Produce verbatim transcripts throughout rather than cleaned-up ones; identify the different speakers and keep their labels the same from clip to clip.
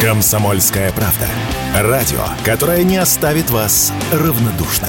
Speaker 1: «Комсомольская правда». Радио, которое не оставит вас равнодушным.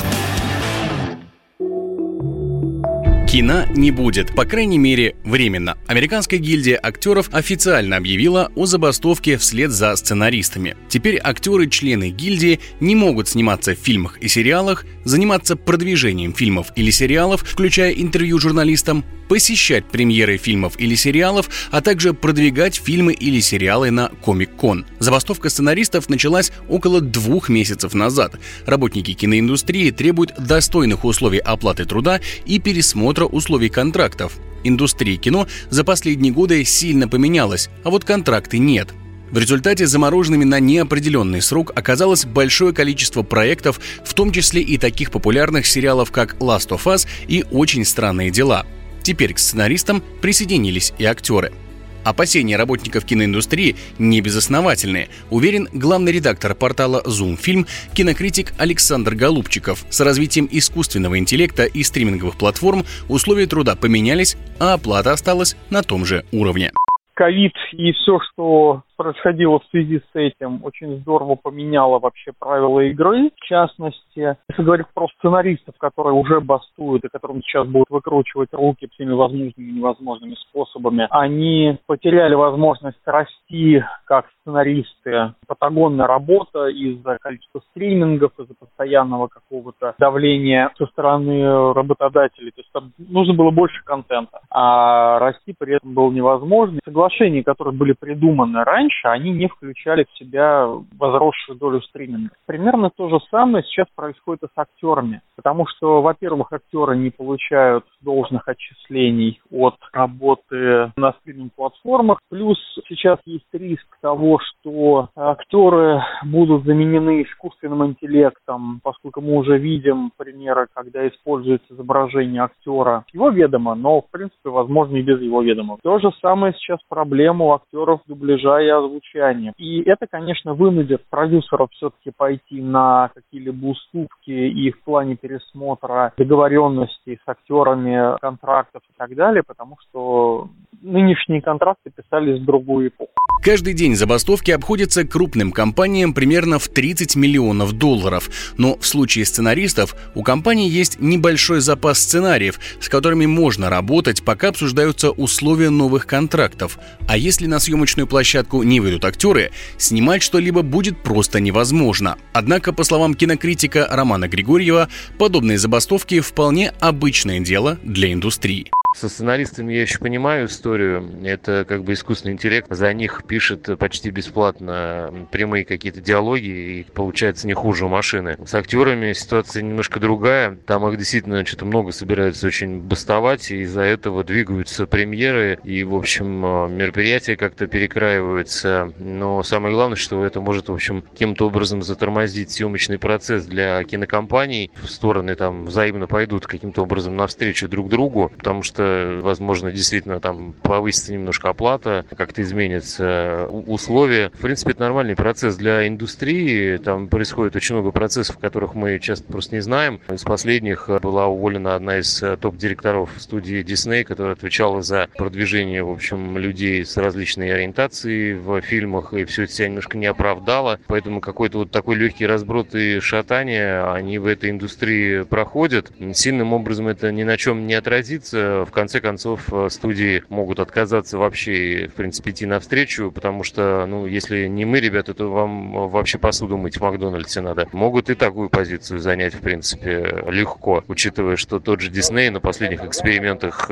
Speaker 2: Кино не будет, по крайней мере, временно. Американская гильдия актеров официально объявила о забастовке вслед за сценаристами. Теперь актеры-члены гильдии не могут сниматься в фильмах и сериалах, заниматься продвижением фильмов или сериалов, включая интервью журналистам, посещать премьеры фильмов или сериалов, а также продвигать фильмы или сериалы на Комик-кон. Забастовка сценаристов началась около двух месяцев назад. Работники киноиндустрии требуют достойных условий оплаты труда и пересмотра условий контрактов. Индустрия кино за последние годы сильно поменялась, а вот контракты нет. В результате замороженными на неопределенный срок оказалось большое количество проектов, в том числе и таких популярных сериалов, как «Last of Us» и «Очень странные дела». Теперь к сценаристам присоединились и актеры. Опасения работников киноиндустрии не безосновательные, уверен главный редактор портала «Зум-фильм», кинокритик Александр Голубчиков. С развитием искусственного интеллекта и стриминговых платформ условия труда поменялись, а оплата осталась на том же уровне.
Speaker 3: Ковид и все, что происходило в связи с этим, очень здорово поменяло вообще правила игры. В частности, если говорить про сценаристов, которые уже бастуют и которым сейчас будут выкручивать руки всеми возможными и невозможными способами, они потеряли возможность расти как сценаристы. Патагонная работа из-за количества стримингов, из-за постоянного какого-то давления со стороны работодателей. То есть там нужно было больше контента, а расти при этом было невозможно. Соглашения, которые были придуманы раньше, они не включали в себя возросшую долю стриминга. Примерно то же самое сейчас происходит и с актерами. Потому что, во-первых, актеры не получают должных отчислений от работы на стриминг-платформах. Плюс сейчас есть риск того, что актеры будут заменены искусственным интеллектом, поскольку мы уже видим примеры, когда используется изображение актера с его ведома, но, в принципе, возможно и без его ведома. То же самое сейчас проблема у актеров дубляжа и озвучания. И это, конечно, вынудит продюсеров все-таки пойти на какие-либо уступки и в плане пересмотра договоренностей с актерами, контрактов и так далее, потому что нынешние контракты писались в другую эпоху.
Speaker 2: Каждый день забастовки обходятся крупным компаниям примерно в тридцать миллионов долларов. Но в случае сценаристов у компаний есть небольшой запас сценариев, с которыми можно работать, пока обсуждаются условия новых контрактов. А если на съемочную площадку не выйдут актеры, снимать что-либо будет просто невозможно. Однако, по словам кинокритика Романа Григорьева, подобные забастовки вполне обычное дело для индустрии.
Speaker 4: Со сценаристами я еще понимаю историю. Это как бы искусственный интеллект. За них пишет почти бесплатно прямые какие-то диалоги, и получается не хуже у машины. С актерами ситуация немножко другая. Там их действительно что-то много собираются очень бастовать, и из-за этого двигаются премьеры, и, в общем, мероприятия как-то перекраиваются. Но самое главное, что это может, в общем, каким-то образом затормозить съемочный процесс для кинокомпаний. Стороны там взаимно пойдут каким-то образом навстречу друг другу, потому что возможно, действительно, там повысится немножко оплата, как-то изменятся условия. В принципе, это нормальный процесс для индустрии. Там происходит очень много процессов, которых мы часто просто не знаем. Из последних была уволена одна из топ-директоров студии Disney, которая отвечала за продвижение, в общем, людей с различной ориентацией в фильмах, и все это себя немножко не оправдало. Поэтому какой-то вот такой легкий разброд и шатание, они в этой индустрии проходят. Сильным образом это ни на чем не отразится. В конце концов, студии могут отказаться вообще, в принципе, идти навстречу, потому что, ну, если не мы, ребята, то вам вообще посуду мыть в Макдональдсе надо. Могут и такую позицию занять, в принципе, легко, учитывая, что тот же Дисней на последних экспериментах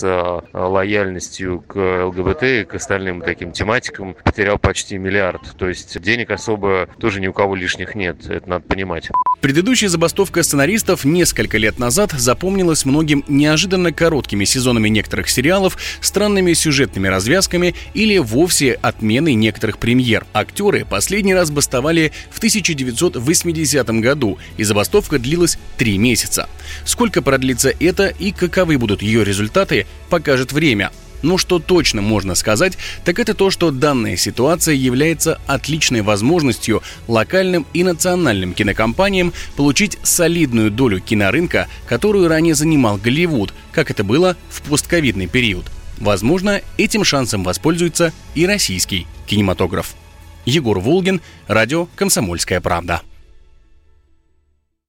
Speaker 4: с лояльностью к ЛГБТ и к остальным таким тематикам потерял почти миллиард. То есть денег особо тоже ни у кого лишних нет, это надо понимать.
Speaker 2: Предыдущая забастовка сценаристов несколько лет назад запомнилась многим неожиданно короткими сезонами некоторых сериалов, странными сюжетными развязками или вовсе отменой некоторых премьер. Актеры последний раз бастовали в тысяча девятьсот восьмидесятом году, и забастовка длилась три месяца. Сколько продлится это и каковы будут ее результаты, покажет время. Но что точно можно сказать, так это то, что данная ситуация является отличной возможностью локальным и национальным кинокомпаниям получить солидную долю кинорынка, которую ранее занимал Голливуд, как это было в постковидный период. Возможно, этим шансом воспользуется и российский кинематограф. Егор Волгин, радио «Комсомольская правда».